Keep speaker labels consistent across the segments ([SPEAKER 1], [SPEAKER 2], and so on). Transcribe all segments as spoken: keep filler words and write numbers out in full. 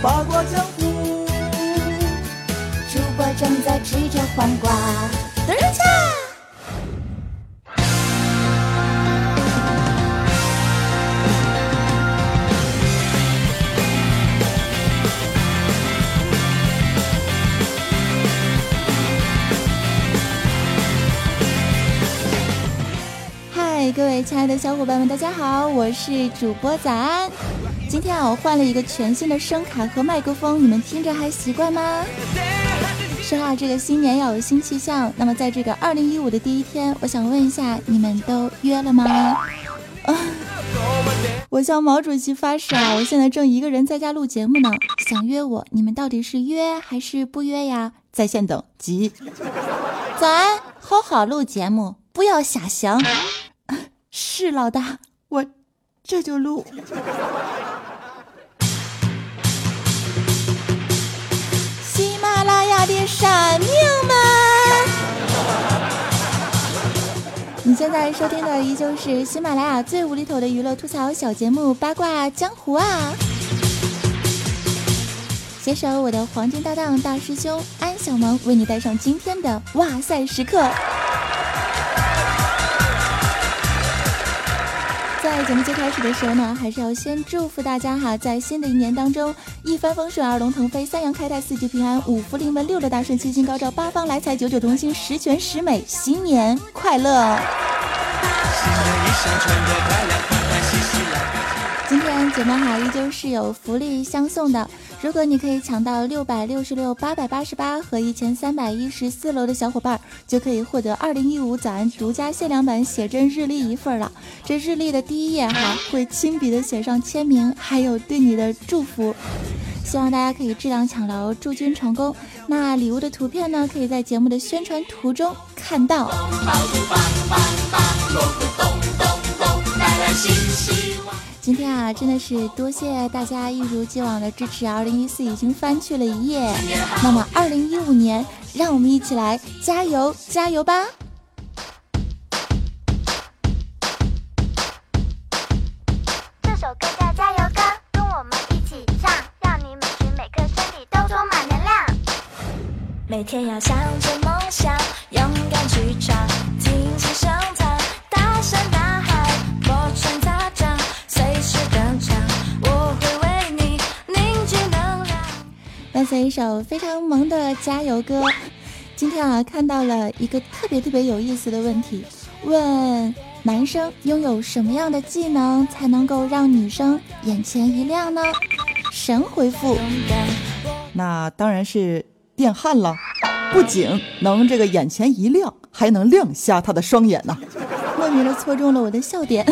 [SPEAKER 1] 八卦江湖，
[SPEAKER 2] 主播正在吃着黄瓜，等一下。嗨，各位亲爱的小伙伴们，大家好，我是主播早安。今天啊，我换了一个全新的声卡和麦克风，你们听着还习惯吗？说啊，这个新年要有新气象。那么在这个二零一五的第一天，我想问一下，你们都约了吗？啊，我向毛主席发誓啊，我现在正一个人在家录节目呢。想约我，你们到底是约还是不约呀？在线等，急。早安，好好录节目，不要瞎想。是老大，我这就录。喜马拉雅的山民们，你现在收听的依旧是喜马拉雅最无厘头的娱乐吐槽小节目《八卦江湖》啊！携手我的黄金搭档大师兄安小萌，为你带上今天的哇塞时刻。在节目最开始的时候呢，还是要先祝福大家哈，在新的一年当中，一帆风顺，二龙腾飞，三阳开泰，四季平安，五福临门，六乐大顺，七星高照，八方来财，九九同心，十全十美，新年快乐！今天节目哈依旧是有福利相送的，如果你可以抢到六百六十六、八百八十八和一千三百一十四楼的小伙伴，就可以获得二零一五早安独家限量版写真日历一份了。这日历的第一页哈会亲笔的写上签名，还有对你的祝福。希望大家可以质量抢牢，祝君成功。那礼物的图片呢，可以在节目的宣传图中看到。今天啊，真的是多谢大家一如既往的支持。二零一四已经翻去了一页，那么二零一五年，让我们一起来加油加油吧！
[SPEAKER 3] 这首歌叫加油歌，跟我们一起唱，让你每时每刻身体都充满能量。每天要向着梦想，勇敢去闯，听见声叹，大声大喊，破窗擦掌，随时登场，我会为你凝聚能量。
[SPEAKER 2] 伴随一首非常萌的加油歌。今天啊，看到了一个特别特别有意思的问题，问男生拥有什么样的技能才能够让女生眼前一亮呢？神回复，
[SPEAKER 1] 那当然是电焊了，不仅能这个眼前一亮，还能亮瞎他的双眼呢。
[SPEAKER 2] 莫名的戳中了我的笑点。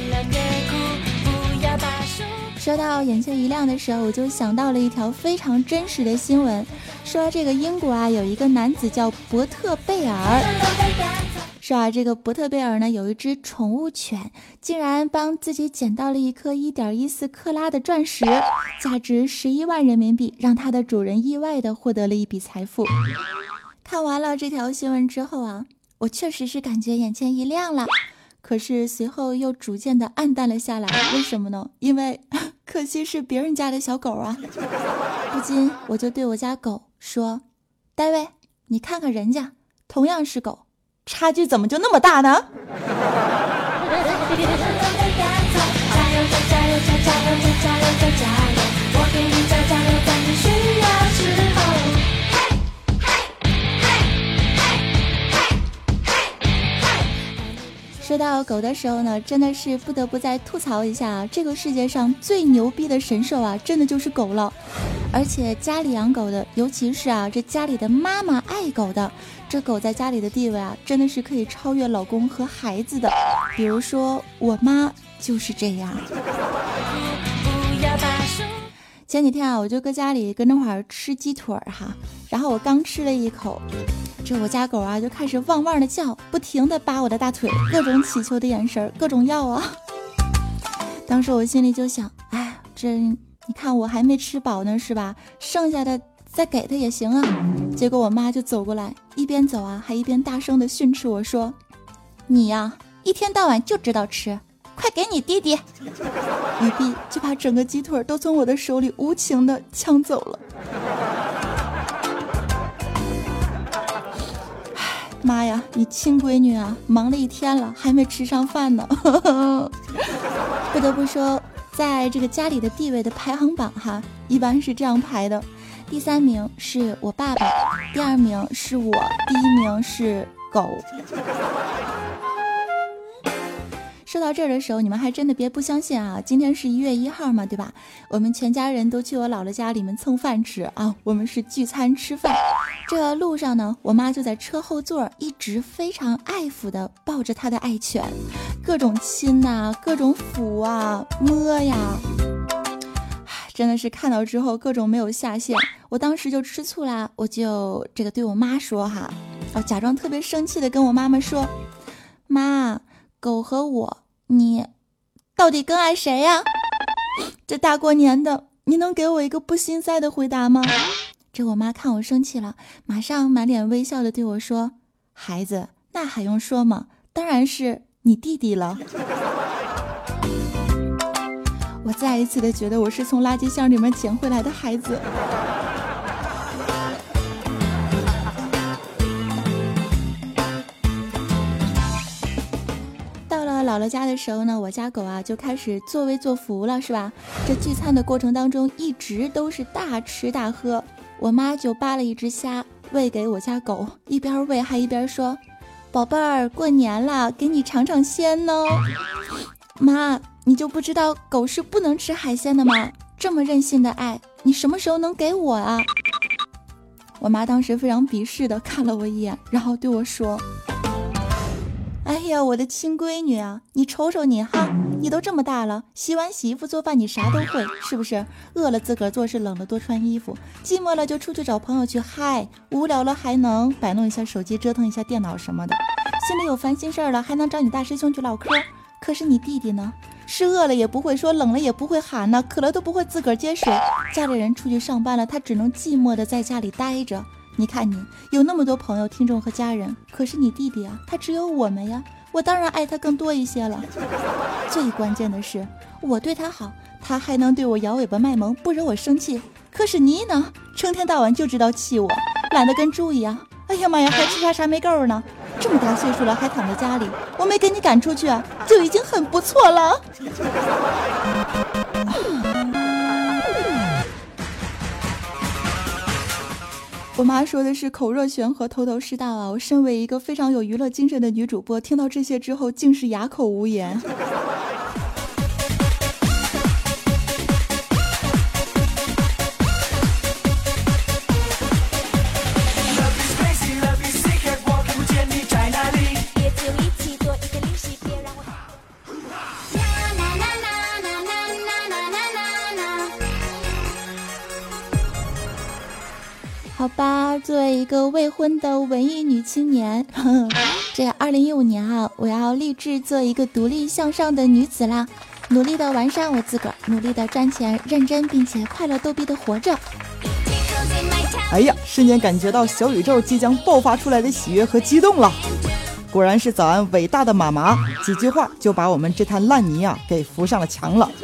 [SPEAKER 2] 说到眼前一亮的时候，我就想到了一条非常真实的新闻，说这个英国啊有一个男子叫伯特贝尔，说啊这个伯特贝尔呢有一只宠物犬，竟然帮自己捡到了一颗 一点一四 克拉的钻石，价值十一万人民币，让它的主人意外的获得了一笔财富。看完了这条新闻之后啊，我确实是感觉眼前一亮了，可是随后又逐渐的暗淡了下来。为什么呢？因为可惜是别人家的小狗啊。不禁我就对我家狗说，戴维，你看看人家同样是狗，差距怎么就那么大呢？我给你加加油，在你需要时候。说到狗的时候呢，真的是不得不再吐槽一下啊，这个世界上最牛逼的神兽啊，真的就是狗了。而且家里养狗的，尤其是啊这家里的妈妈爱狗的，这狗在家里的地位啊，真的是可以超越老公和孩子的。比如说我妈就是这样。前几天啊，我就搁家里跟那会儿吃鸡腿哈，然后我刚吃了一口，这我家狗啊就开始汪汪的叫，不停的扒我的大腿，各种乞求的眼神，各种要啊。当时我心里就想，哎，这你看我还没吃饱呢是吧，剩下的再给他也行啊。结果我妈就走过来，一边走啊还一边大声的训斥我说，你呀、啊、一天到晚就知道吃， 快给你弟弟。语毕就把整个鸡腿都从我的手里无情的抢走了。妈呀，你亲闺女啊，忙了一天了，还没吃上饭呢。不得不说，在这个家里的地位的排行榜哈，一般是这样排的：第三名是我爸爸，第二名是我，第一名是狗。说到这儿的时候，你们还真的别不相信啊！今天是一月一号嘛，对吧？我们全家人都去我姥姥家里面蹭饭吃啊，我们是聚餐吃饭。这路上呢，我妈就在车后座一直非常爱抚的抱着她的爱犬，各种亲呐、啊，各种抚啊，摸呀，真的是看到之后各种没有下限。我当时就吃醋啦，我就这个对我妈说哈，我假装特别生气的跟我妈妈说：“妈，狗和我，你到底更爱谁呀？这大过年的，你能给我一个不心塞的回答吗？”这我妈看我生气了，马上满脸微笑的对我说：“孩子，那还用说吗？当然是你弟弟了。”我再一次的觉得我是从垃圾箱里面捡回来的孩子。姥姥家的时候呢，我家狗啊就开始作威作福了，是吧？这聚餐的过程当中一直都是大吃大喝，我妈就扒了一只虾喂给我家狗，一边喂还一边说：“宝贝儿，过年了，给你尝尝鲜呢。”妈，你就不知道狗是不能吃海鲜的吗？这么任性的爱，你什么时候能给我啊？我妈当时非常鄙视的看了我一眼，然后对我说：“哎呀，我的亲闺女啊，你瞅瞅你哈，你都这么大了，洗碗洗衣服做饭你啥都会，是不是？饿了自个儿做事，冷了多穿衣服，寂寞了就出去找朋友去嗨，无聊了还能摆弄一下手机，折腾一下电脑什么的，心里有烦心事儿了还能找你大师兄去唠嗑。可是你弟弟呢，是饿了也不会说，冷了也不会喊呢，渴了都不会自个儿接水，家里人出去上班了，他只能寂寞的在家里待着。你看你有那么多朋友听众和家人，可是你弟弟啊，他只有我们呀，我当然爱他更多一些了。最关键的是我对他好，他还能对我摇尾巴卖萌，不惹我生气。可是你呢，成天到晚就知道气我，懒得跟猪一样。哎呀妈呀，还吃啥啥没够呢，这么大岁数了还躺在家里，我没给你赶出去啊，就已经很不错了。我妈说的是口若悬河，头头是道啊！我身为一个非常有娱乐精神的女主播，听到这些之后竟是哑口无言。好吧，作为一个未婚的文艺女青年，呵呵这二零一五年啊，我要立志做一个独立向上的女子啦，努力的完善我自个儿，努力的赚钱，认真并且快乐逗逼的活着。
[SPEAKER 1] 哎呀，瞬间感觉到小宇宙即将爆发出来的喜悦和激动了。果然是早安伟大的妈妈，几句话就把我们这滩烂泥啊给扶上了墙了。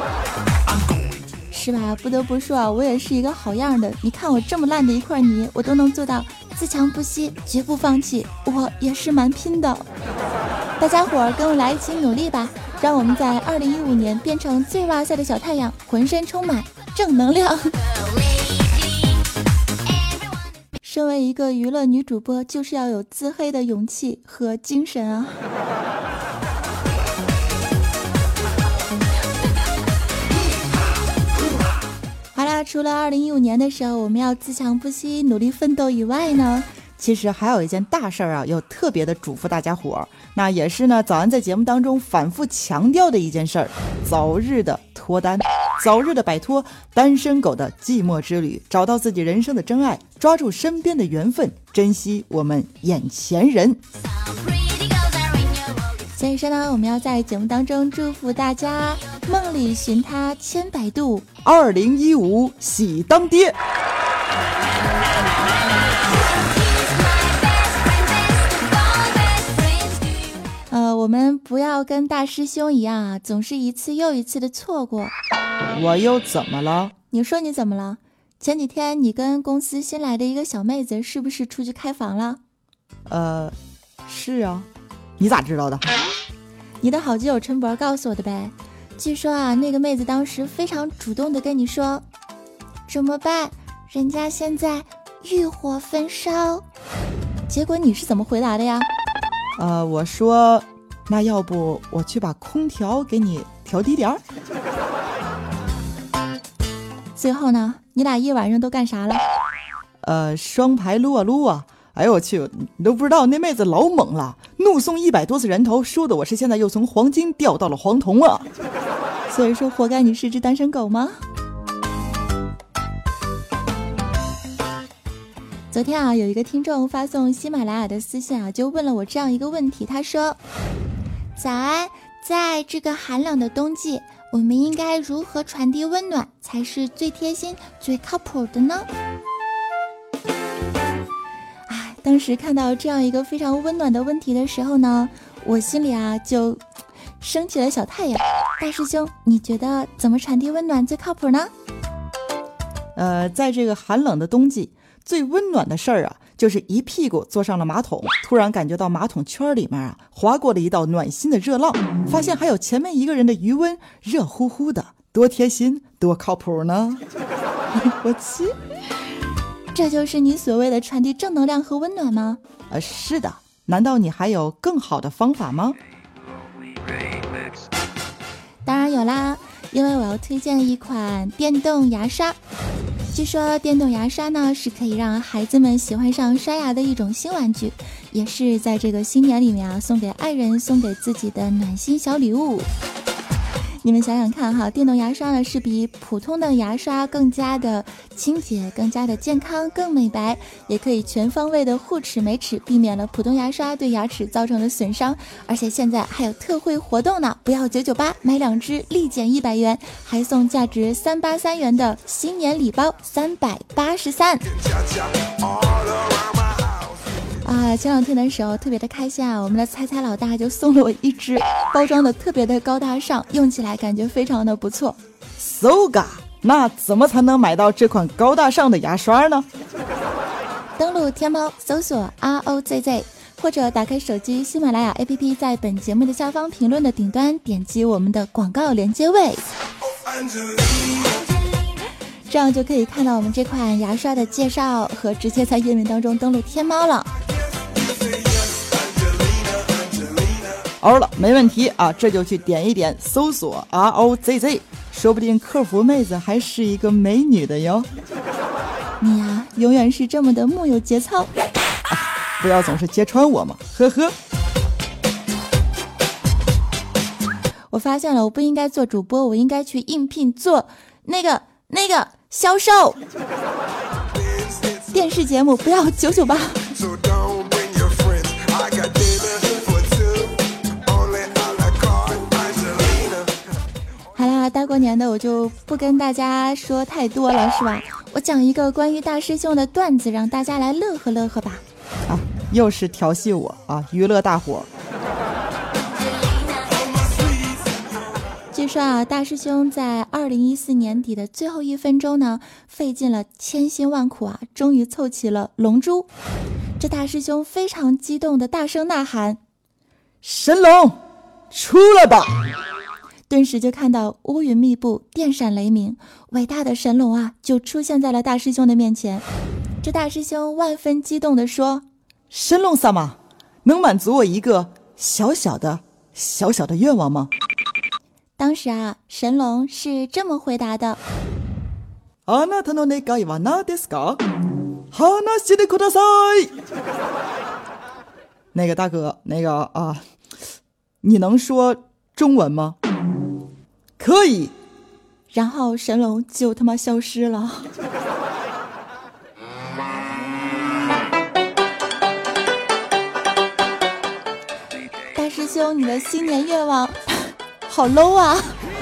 [SPEAKER 2] 是吧？不得不说啊，我也是一个好样的。你看我这么烂的一块泥，我都能做到自强不息，绝不放弃。我也是蛮拼的。大家伙儿跟我来一起努力吧，让我们在二零一五年变成最哇塞的小太阳，浑身充满正能量。身为一个娱乐女主播，就是要有自黑的勇气和精神啊。好啦，除了二零一五年的时候我们要自强不息努力奋斗以外呢，
[SPEAKER 1] 其实还有一件大事儿啊，要特别的嘱咐大家伙儿，那也是呢早安在节目当中反复强调的一件事儿，早日的脱单，早日的摆脱单身狗的寂寞之旅，找到自己人生的真爱，抓住身边的缘分，珍惜我们眼前人。
[SPEAKER 2] 所以说呢，我们要在节目当中祝福大家梦里寻他千百度，
[SPEAKER 1] 二零一五喜当爹。
[SPEAKER 2] 呃，我我们不要跟大师兄一样啊，总是一次又一次的错过。
[SPEAKER 1] 我又怎么了？
[SPEAKER 2] 你说你怎么了？前几天你跟公司新来的一个小妹子是不是出去开房了？
[SPEAKER 1] 呃，是啊。你咋知道的？
[SPEAKER 2] 你的好基友陈博告诉我的呗。据说啊，那个妹子当时非常主动的跟你说，怎么办？人家现在欲火焚烧。结果你是怎么回答的呀？
[SPEAKER 1] 呃，我说，那要不我去把空调给你调低点儿。
[SPEAKER 2] 最后呢，你俩一晚上都干啥了？
[SPEAKER 1] 呃，双排撸啊撸啊！哎呦我去，你都不知道那妹子老猛了，怒送一百多次人头，说的我是现在又从黄金掉到了黄铜啊！
[SPEAKER 2] 所以说，活该你是只单身狗吗？昨天啊，有一个听众发送喜马拉雅的私信啊，就问了我这样一个问题，他说：早安，在这个寒冷的冬季，我们应该如何传递温暖才是最贴心最靠谱的呢？哎，当时看到这样一个非常温暖的问题的时候呢，我心里啊就升起了小太阳。大师兄，你觉得怎么传递温暖最靠谱呢？
[SPEAKER 1] 呃，在这个寒冷的冬季，最温暖的事儿啊，就是一屁股坐上了马桶，突然感觉到马桶圈里面啊划过了一道暖心的热浪，发现还有前面一个人的余温，热乎乎的，多贴心，多靠谱呢！我去，
[SPEAKER 2] 这就是你所谓的传递正能量和温暖吗？
[SPEAKER 1] 呃，是的，难道你还有更好的方法吗？
[SPEAKER 2] 当然有啦，因为我要推荐一款电动牙刷。据说电动牙刷呢是可以让孩子们喜欢上刷牙的一种新玩具，也是在这个新年里面啊送给爱人送给自己的暖心小礼物。你们想想看哈，电动牙刷呢是比普通的牙刷更加的清洁，更加的健康，更美白，也可以全方位的护齿美齿，避免了普通牙刷对牙齿造成的损伤。而且现在还有特惠活动呢，不要九九八，买两支立减一百元，还送价值三八三元的新年礼包三百八十三。啊，前两天的时候特别的开心啊，我们的猜猜老大就送了我一支，包装的特别的高大上，用起来感觉非常的不错。
[SPEAKER 1] So ga， 那怎么才能买到这款高大上的牙刷呢？
[SPEAKER 2] 登录天猫搜索 R O Z Z， 或者打开手机喜马拉雅 A P P， 在本节目的下方评论的顶端点击我们的广告连接位，这样就可以看到我们这款牙刷的介绍和直接在页面当中登录天猫了。
[SPEAKER 1] 好了，没问题啊，这就去点一点，搜索 R O Z Z， 说不定客服妹子还是一个美女的哟。
[SPEAKER 2] 你呀，永远是这么的木有节操，
[SPEAKER 1] 啊，不要总是揭穿我嘛，呵呵。
[SPEAKER 2] 我发现了，我不应该做主播，我应该去应聘做那个那个销售。电视节目不要九九八。好啦，大过年的我就不跟大家说太多了，是吧？我讲一个关于大师兄的段子，让大家来乐呵乐呵吧。
[SPEAKER 1] 啊，又是调戏我啊，娱乐大伙。
[SPEAKER 2] 据说啊，大师兄在二零一四年底的最后一分钟呢，费尽了千辛万苦啊，终于凑齐了龙珠。这大师兄非常激动的大声呐喊：“
[SPEAKER 1] 神龙，出来吧！”
[SPEAKER 2] 顿时就看到乌云密布，电闪雷鸣，伟大的神龙啊，就出现在了大师兄的面前。这大师兄万分激动地说：“
[SPEAKER 1] 神龙萨玛，能满足我一个小小的、小小的愿望吗？”
[SPEAKER 2] 当时啊，神龙是这么回答的：“
[SPEAKER 1] あなたの願いは何ですか？話してください。”那个大哥，那个啊，你能说中文吗？可以。
[SPEAKER 2] 然后神龙就他妈消失了。大师兄，你的新年愿望好 low 啊！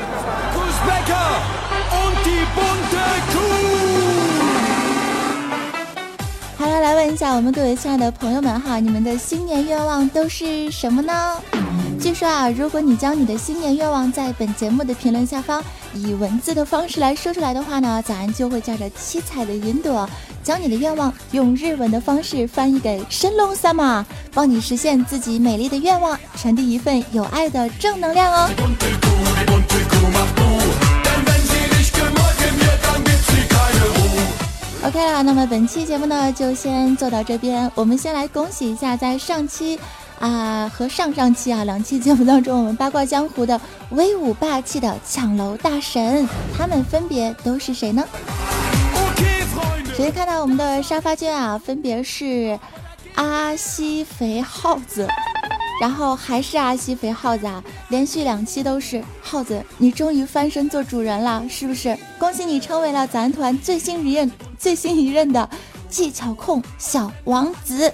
[SPEAKER 2] 好了，来问一下我们各位亲爱的朋友们哈，你们的新年愿望都是什么呢？ 据说啊，如果你将你的新年愿望在本节目的评论下方以文字的方式来说出来的话呢，早安就会驾着七彩的云朵，将你的愿望用日文的方式翻译给神龙萨玛，帮你实现自己美丽的愿望，传递一份有爱的正能量哦。OK 了，那么本期节目呢就先做到这边。我们先来恭喜一下，在上期啊和上上期啊两期节目当中，我们八卦江湖的威武霸气的抢楼大神，他们分别都是谁呢？首先看到我们的沙发君啊，分别是阿西肥耗子，然后还是阿西肥耗子啊，连续两期都是耗子，你终于翻身做主人了，是不是？恭喜你成为了咱团最新一任最新一任的技巧控小王子。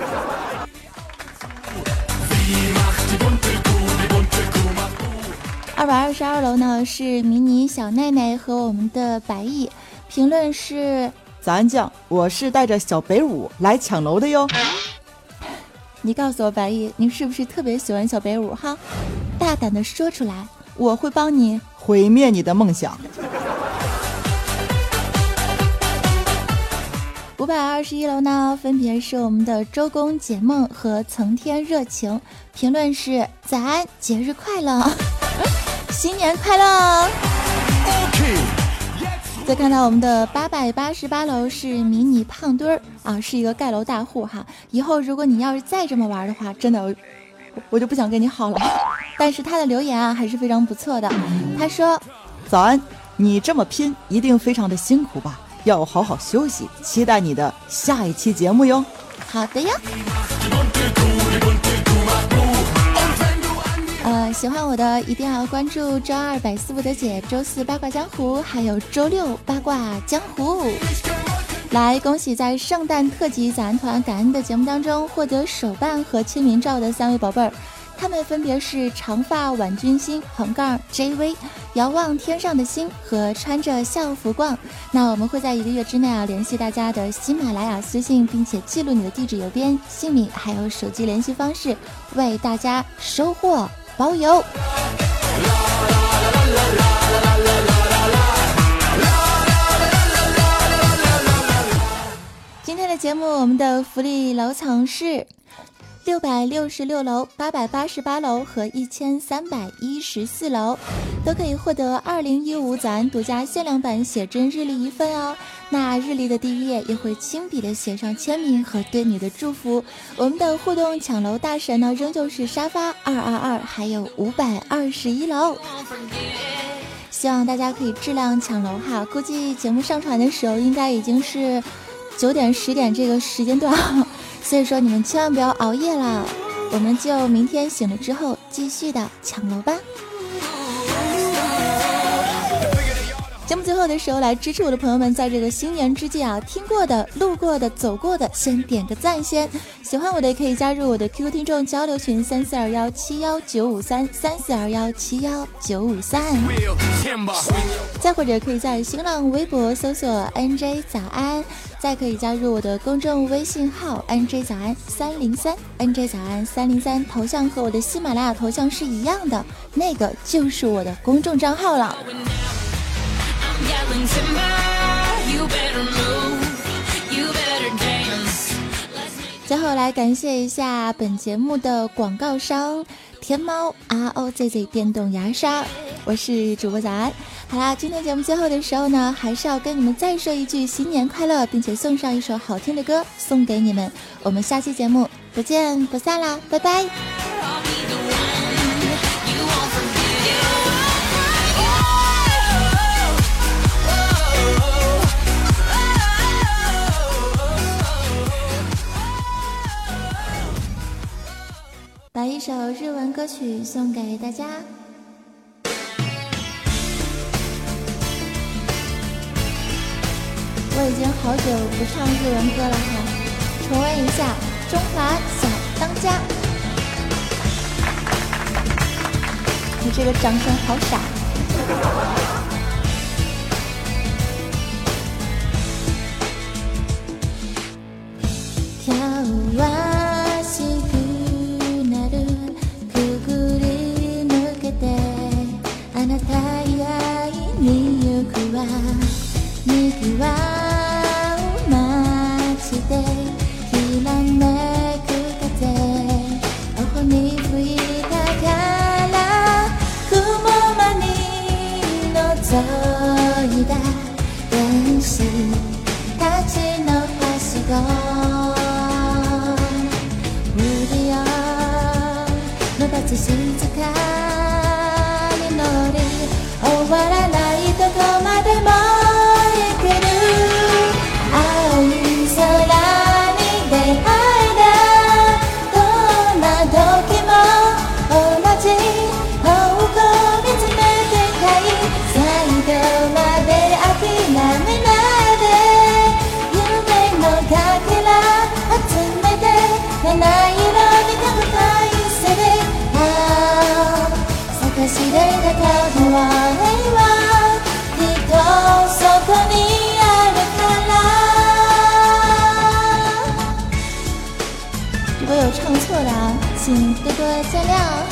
[SPEAKER 2] 二百二十二楼呢是迷你小奈奈和我们的白毅，评论是
[SPEAKER 1] 早安酱，我是带着小北舞来抢楼的哟。
[SPEAKER 2] 你告诉我白毅，你是不是特别喜欢小北舞哈？大胆的说出来，我会帮你
[SPEAKER 1] 毁灭你的梦想。
[SPEAKER 2] 五百二十一楼呢，分别是我们的周公解梦和曾天热情，评论是早安，节日快乐，新年快乐。再看到我们的八百八十八楼是迷你胖墩儿啊，是一个盖楼大户哈。以后如果你要是再这么玩的话，真的我我就不想跟你好了。但是他的留言啊还是非常不错的，他说：
[SPEAKER 1] 早安，你这么拼，一定非常的辛苦吧？要好好休息，期待你的下一期节目哟。
[SPEAKER 2] 好的呀。呃，喜欢我的一定要关注周二百思不得解，周四八卦江湖，还有周六八卦江湖。来，恭喜在圣诞特辑早安团感恩的节目当中获得手办和签名照的三位宝贝儿，他们分别是长发婉君心横杠 J V、 遥望天上的星和穿着校服逛。那我们会在一个月之内啊联系大家的喜马拉雅私信，并且记录你的地址、邮编、姓名还有手机联系方式，为大家收货包邮。今天的节目我们的福利楼层是六百六十六楼、八百八十八楼和一千三百一十四楼，都可以获得二零一五早安独家限量版写真日历一份哦。那日历的第一页也会亲笔的写上签名和对你的祝福。我们的互动抢楼大神呢，仍旧是沙发二二二，还有五百二十一楼。希望大家可以质量抢楼哈，估计节目上传的时候应该已经是九点十点这个时间段，所以说你们千万不要熬夜啦，我们就明天醒了之后继续的抢楼吧。节目最后的时候，来支持我的朋友们，在这个新年之际啊，听过的、路过的、走过的，先点个赞先。喜欢我的可以加入我的 Q Q 听众交流群三四二幺七幺九五三三四二幺七幺九五三，再或者可以在新浪微博搜索 N J 早安，再可以加入我的公众微信号 N J 早安三零三 N J 早安三零三，头像和我的喜马拉雅头像是一样的，那个就是我的公众账号了。最后来感谢一下本节目的广告商天猫 R O Z Z 电动牙刷，我是主播早安。好啦，今天节目最后的时候呢，还是要跟你们再说一句新年快乐，并且送上一首好听的歌送给你们。我们下期节目不见不散啦，拜拜。把一首日文歌曲送给大家。我已经好久不唱日文歌了哈，重温一下《中华小当家》。你这个掌声好傻。跳啊西くなるくぐりし立ちのはしご無理よ伸ばす静かに乗り終わらないどこまでも行ける青い空に出会えたどんな時も同じ方向見つめてたい最後まで諦めないで夢のかけら集めて七色にかぶたいせで探し出た角は平和きっとそこにあるから如果有唱错的啊请多多见谅